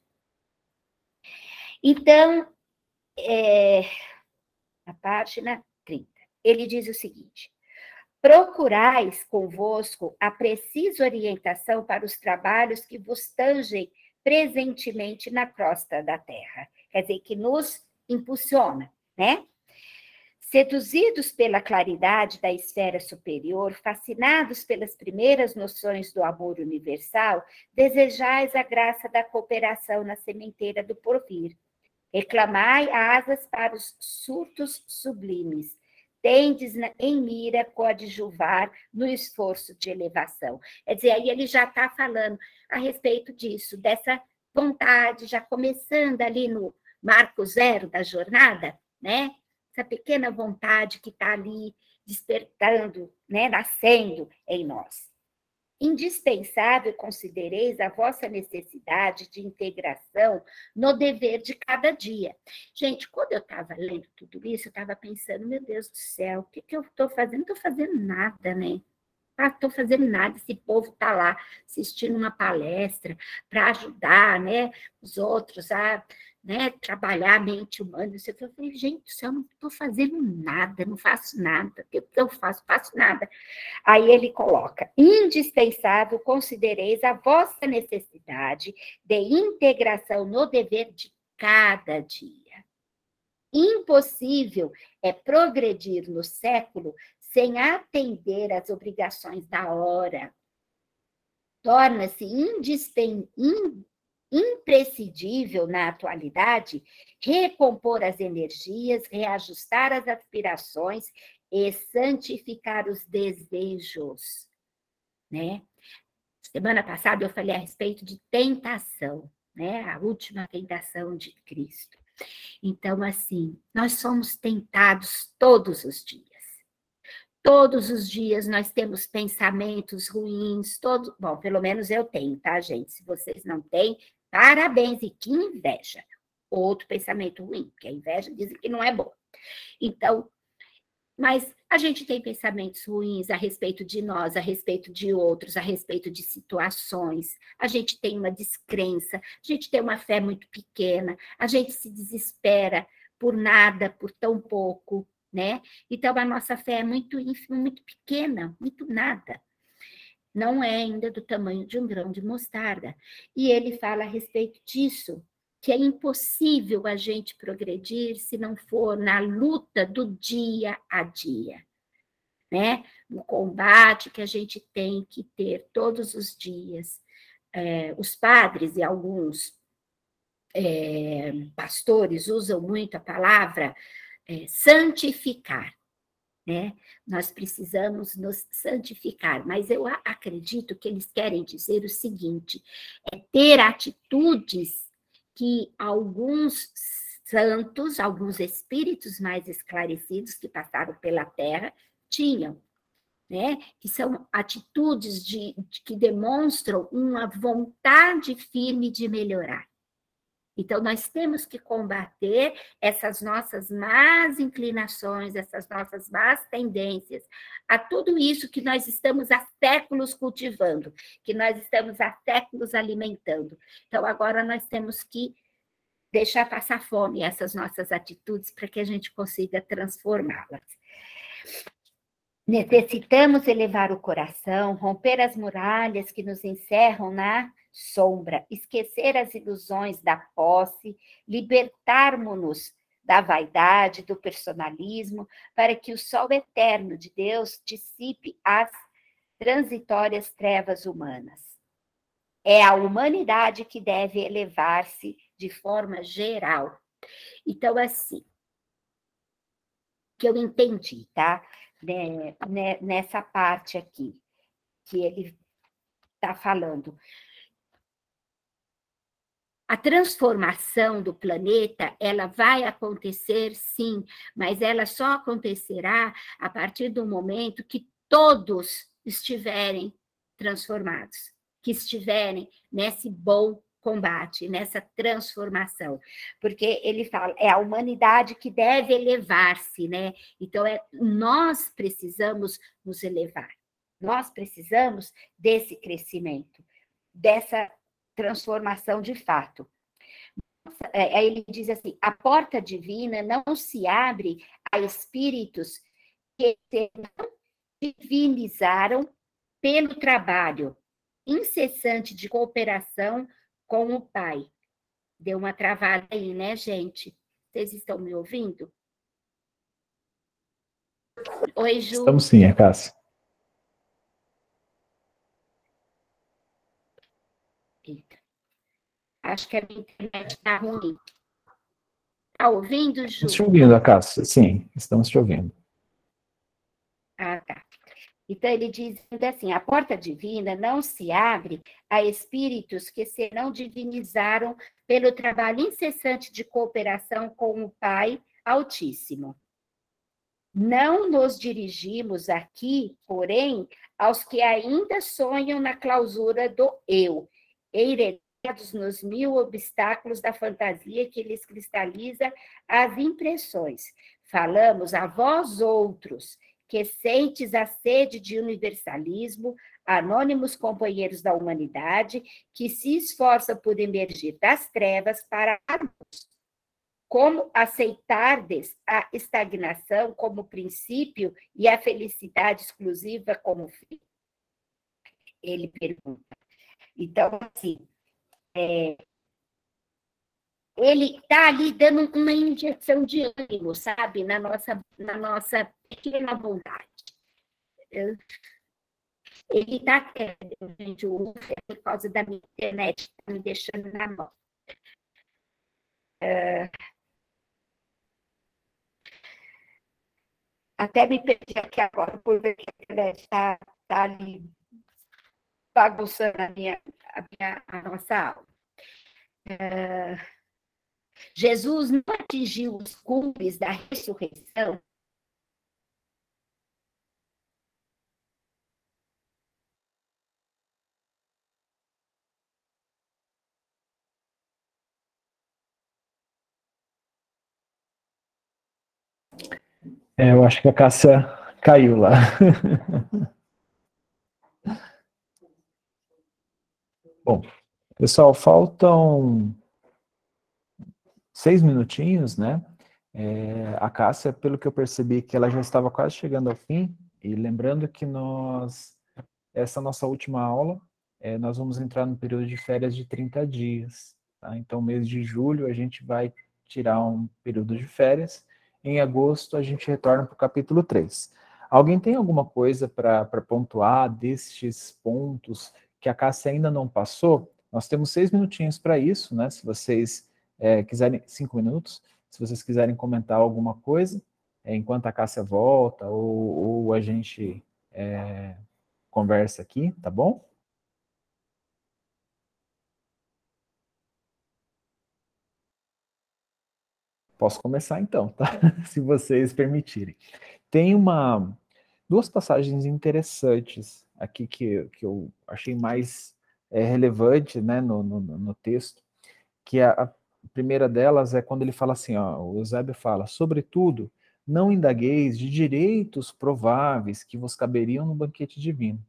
[SPEAKER 1] Então, é, na página trinta, ele diz o seguinte: procurais convosco a precisa orientação para os trabalhos que vos tangem presentemente na crosta da terra. Quer dizer, que nos impulsiona, né? Seduzidos pela claridade da esfera superior, fascinados pelas primeiras noções do amor universal, desejais a graça da cooperação na sementeira do porvir. Reclamai asas para os surtos sublimes. tendes em mira coadjuvar no esforço de elevação. Quer dizer, aí ele já está falando a respeito disso, dessa vontade, já começando ali no marco zero da jornada, né? Essa pequena vontade que está ali despertando, né? Nascendo em nós. Indispensável considereis a vossa necessidade de integração no dever de cada dia. Gente, quando eu estava lendo tudo isso, eu estava pensando, meu Deus do céu, o que, que eu estou fazendo? Não estou fazendo nada, né? Não estou fazendo nada, esse povo está lá assistindo uma palestra para ajudar, né, os outros a, né, trabalhar a mente humana. Eu falei, gente do céu, eu não estou fazendo nada, não faço nada. O que eu faço? Faço nada. Aí ele coloca, indispensável considereis a vossa necessidade de integração no dever de cada dia. Impossível é progredir no século sem atender às obrigações da hora. Torna-se indispen... imprescindível na atualidade recompor as energias, reajustar as aspirações e santificar os desejos, né? Semana passada eu falei a respeito de tentação, né? A última tentação de Cristo. Então, assim, nós somos tentados todos os dias. Todos os dias nós temos pensamentos ruins, todo... bom, pelo menos eu tenho, tá, gente? Se vocês não têm, parabéns, e que inveja. Outro pensamento ruim, porque a inveja dizem que não é boa. Então, mas a gente tem pensamentos ruins a respeito de nós, a respeito de outros, a respeito de situações. A gente tem uma descrença, a gente tem uma fé muito pequena, a gente se desespera por nada, por tão pouco, né? Então, a nossa fé é muito ínfima, muito pequena, muito nada. Não é ainda do tamanho de um grão de mostarda. E ele fala a respeito disso, que é impossível a gente progredir se não for na luta do dia a dia, né? No combate que a gente tem que ter todos os dias. É, os padres e alguns é, pastores usam muito a palavra é, santificar, né? Nós precisamos nos santificar, mas eu acredito que eles querem dizer o seguinte, é ter atitudes que alguns santos, alguns espíritos mais esclarecidos que passaram pela Terra tinham, né? Que são atitudes de, de, que demonstram uma vontade firme de melhorar. Então, nós temos que combater essas nossas más inclinações, essas nossas más tendências, a tudo isso que nós estamos há séculos cultivando, que nós estamos há séculos alimentando. Então, agora nós temos que deixar passar fome essas nossas atitudes para que a gente consiga transformá-las. Necessitamos elevar o coração, romper as muralhas que nos encerram na sombra, esquecer as ilusões da posse, libertarmos-nos da vaidade, do personalismo, para que o sol eterno de Deus dissipe as transitórias trevas humanas. É a humanidade que deve elevar-se de forma geral. Então, assim, que eu entendi, tá? Nessa parte aqui, que ele está falando. A transformação do planeta, ela vai acontecer, sim, mas ela só acontecerá a partir do momento que todos estiverem transformados, que estiverem nesse bom combate, nessa transformação. Porque ele fala, é a humanidade que deve elevar-se, né? Então, é, nós precisamos nos elevar, nós precisamos desse crescimento, dessa transformação de fato. Aí ele diz assim, a porta divina não se abre a espíritos que se divinizaram pelo trabalho incessante de cooperação com o Pai. Deu uma travada aí, né, gente? Vocês estão me ouvindo? Oi, Ju.
[SPEAKER 2] Estamos sim, é Cássia.
[SPEAKER 1] Eita. Acho que a minha internet está ruim. Está ouvindo, Ju?
[SPEAKER 2] Estamos te ouvindo, Cássia. Sim, estamos te ouvindo.
[SPEAKER 1] Então, ele diz assim, a porta divina não se abre a espíritos que serão divinizaram pelo trabalho incessante de cooperação com o Pai Altíssimo. Não nos dirigimos aqui, porém, aos que ainda sonham na clausura do eu, enredados nos mil obstáculos da fantasia que lhes cristaliza as impressões. Falamos a vós outros, que sentes a sede de universalismo, anônimos companheiros da humanidade, que se esforçam por emergir das trevas para a luz. Como aceitardes a estagnação como princípio e a felicidade exclusiva como fim? Ele pergunta. Então, assim, é, ele está ali dando uma injeção de ânimo, sabe, na nossa, na nossa pequena vontade. Ele está, gente, por causa da minha internet, está me deixando na mão. É, até me perdi aqui agora, por ver que a internet está tá ali bagunçando a, minha, a, minha, a nossa aula. É, Jesus não atingiu os cumes da ressurreição.
[SPEAKER 2] É, eu acho que a Cássia caiu lá. Bom, pessoal, faltam seis minutinhos, né? É, a Cássia, pelo que eu percebi, que ela já estava quase chegando ao fim, e lembrando que nós, essa nossa última aula, é, nós vamos entrar no período de férias de trinta dias, tá? Então, mês de julho, a gente vai tirar um período de férias, em agosto, a gente retorna para o capítulo três. Alguém tem alguma coisa para pontuar destes pontos que a Cássia ainda não passou? Nós temos seis minutinhos para isso, né? Se vocês é, quiserem, cinco minutos, se vocês quiserem comentar alguma coisa, é, enquanto a Cássia volta, ou, ou a gente é, conversa aqui, tá bom? Posso começar então, tá? Se vocês permitirem. Tem uma, duas passagens interessantes aqui que, que eu achei mais é, relevante, né, no, no, no texto, que a, a primeira delas é quando ele fala assim, ó, o Eusébio fala, sobretudo, não indagueis de direitos prováveis que vos caberiam no banquete divino,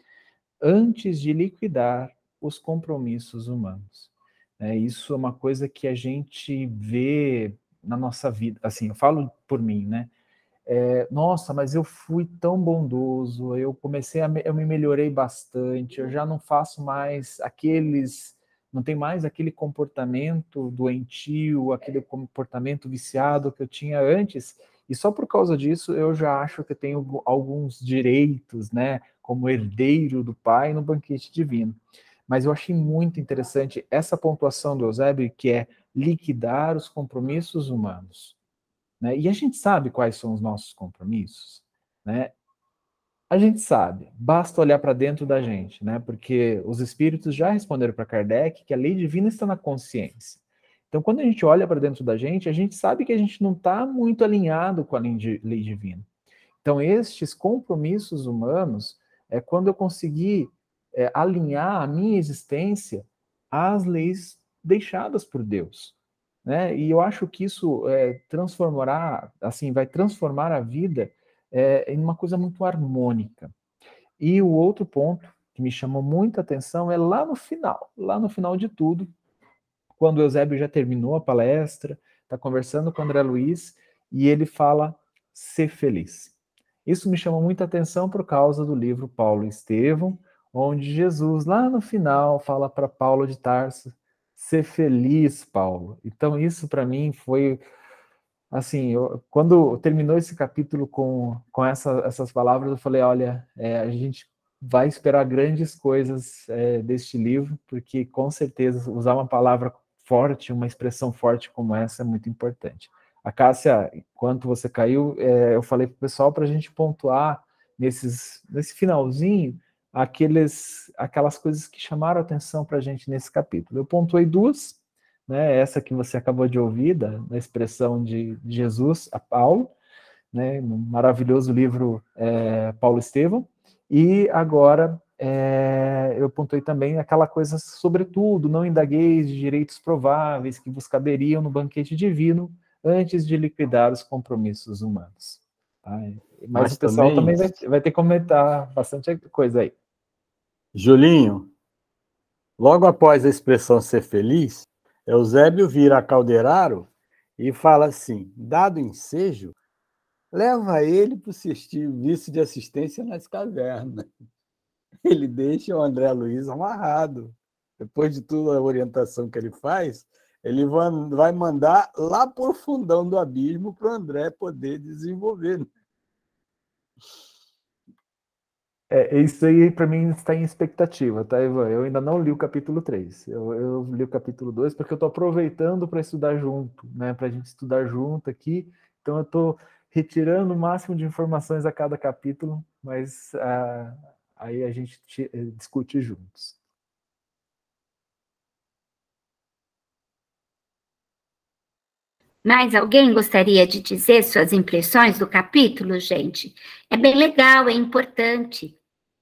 [SPEAKER 2] antes de liquidar os compromissos humanos. É, isso é uma coisa que a gente vê na nossa vida, assim, eu falo por mim, né? É, nossa, mas eu fui tão bondoso, eu comecei a, me, eu me melhorei bastante, eu já não faço mais aqueles, não tem mais aquele comportamento doentio, aquele comportamento viciado que eu tinha antes, e só por causa disso eu já acho que eu tenho alguns direitos, né, como herdeiro do Pai no banquete divino. Mas eu achei muito interessante essa pontuação do Eusébio, que é liquidar os compromissos humanos. Né? E a gente sabe quais são os nossos compromissos, né? A gente sabe, basta olhar para dentro da gente, né? Porque os espíritos já responderam para Kardec que a lei divina está na consciência. Então, quando a gente olha para dentro da gente, a gente sabe que a gente não está muito alinhado com a lei divina. Então, estes compromissos humanos é quando eu consegui é, alinhar a minha existência às leis deixadas por Deus. Né? E eu acho que isso é, transformará, assim, vai transformar a vida é, em uma coisa muito harmônica. E o outro ponto que me chamou muita atenção é lá no final, lá no final de tudo, quando o Eusébio já terminou a palestra, está conversando com o André Luiz, e ele fala, ser feliz. Isso me chamou muita atenção por causa do livro Paulo e Estevão, onde Jesus, lá no final, fala para Paulo de Tarso, ser feliz, Paulo. Então, isso para mim foi, assim, eu, quando terminou esse capítulo com, com essa, essas palavras, eu falei, olha, é, a gente vai esperar grandes coisas é, deste livro, porque, com certeza, usar uma palavra forte, uma expressão forte como essa é muito importante. A Cássia, enquanto você caiu, é, eu falei para o pessoal para a gente pontuar nesses, nesse finalzinho, aqueles, aquelas coisas que chamaram a atenção para a gente nesse capítulo. Eu pontuei duas, né, essa que você acabou de ouvir, da, da expressão de Jesus a Paulo, né, no maravilhoso livro é, Paulo Estevão, e agora é, eu pontuei também aquela coisa, sobretudo, não indagueis de direitos prováveis que vos caberiam no banquete divino antes de liquidar os compromissos humanos. Tá? Mas, Mas o pessoal também, também vai, vai ter que comentar bastante coisa aí.
[SPEAKER 3] Julinho, logo após a expressão ser feliz, Eusébio vira a Calderaro e fala assim, dado ensejo, leva ele para o serviço de assistência nas cavernas. Ele deixa o André Luiz amarrado. Depois de toda a orientação que ele faz, ele vai mandar lá para o fundão do abismo para o André poder desenvolver.
[SPEAKER 2] É, isso aí, para mim, está em expectativa, tá, Ivan? Eu ainda não li o capítulo três. Eu, eu li o capítulo dois porque eu estou aproveitando para estudar junto, né? Para a gente estudar junto aqui. Então, eu estou retirando o máximo de informações a cada capítulo, mas ah, aí a gente te, discute juntos.
[SPEAKER 1] Mais alguém gostaria de dizer suas impressões do capítulo, gente? É bem legal, é importante.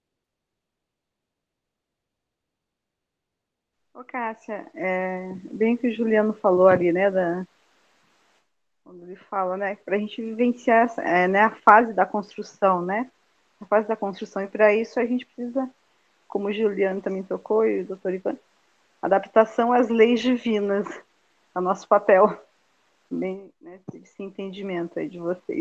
[SPEAKER 4] Ô, Cássia, é, bem que o Juliano falou ali, né, da, quando ele fala, né, para a gente vivenciar é, né, a fase da construção, né, a fase da construção, e para isso a gente precisa, como o Juliano também tocou, e o doutor Ivan, adaptação às leis divinas, é o nosso papel, bem, né, esse entendimento aí de vocês.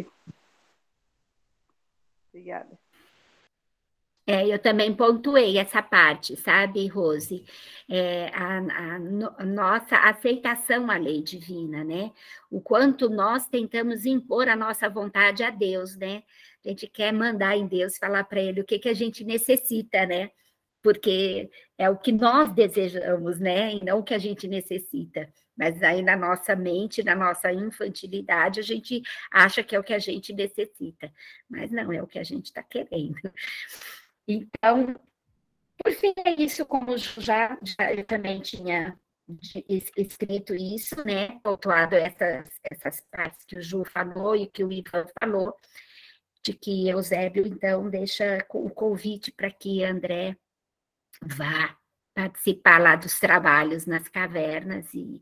[SPEAKER 4] Obrigada.
[SPEAKER 1] É, eu também pontuei essa parte, sabe, Rose? É, a, a, a nossa aceitação à lei divina, né? O quanto nós tentamos impor a nossa vontade a Deus, né? A gente quer mandar em Deus, falar para Ele o que, que a gente necessita, né? Porque é o que nós desejamos, né? E não o que a gente necessita. Mas aí na nossa mente, na nossa infantilidade, a gente acha que é o que a gente necessita. Mas não é o que a gente está querendo. Então, por fim, é isso, como já, já eu também tinha escrito isso, né, pontuado essas, essas partes que o Ju falou e que o Ivan falou, de que Eusébio, então, deixa o convite para que André vá participar lá dos trabalhos nas cavernas e,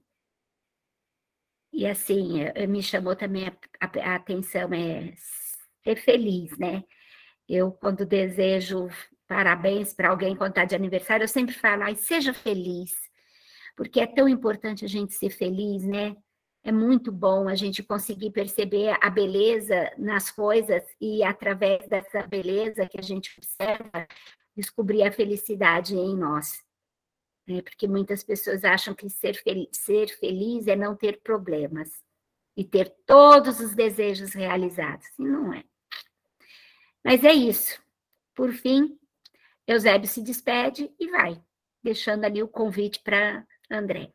[SPEAKER 1] e assim, me chamou também a, a, a atenção, é ser feliz, né? Eu, quando desejo parabéns para alguém quando está de aniversário, eu sempre falo, ai, seja feliz, porque é tão importante a gente ser feliz, né? É muito bom a gente conseguir perceber a beleza nas coisas e, através dessa beleza que a gente observa, descobrir a felicidade em nós. Né? Porque muitas pessoas acham que ser feliz, ser feliz é não ter problemas e ter todos os desejos realizados. E não é. Mas é isso. Por fim, Eusébio se despede e vai, deixando ali o convite para André.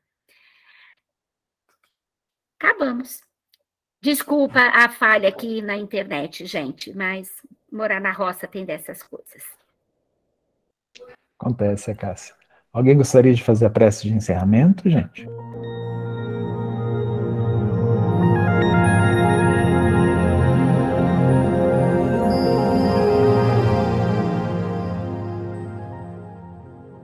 [SPEAKER 1] Acabamos. Desculpa a falha aqui na internet, gente, mas morar na roça tem dessas coisas.
[SPEAKER 2] Acontece, Cássia. Alguém gostaria de fazer a prece de encerramento, gente?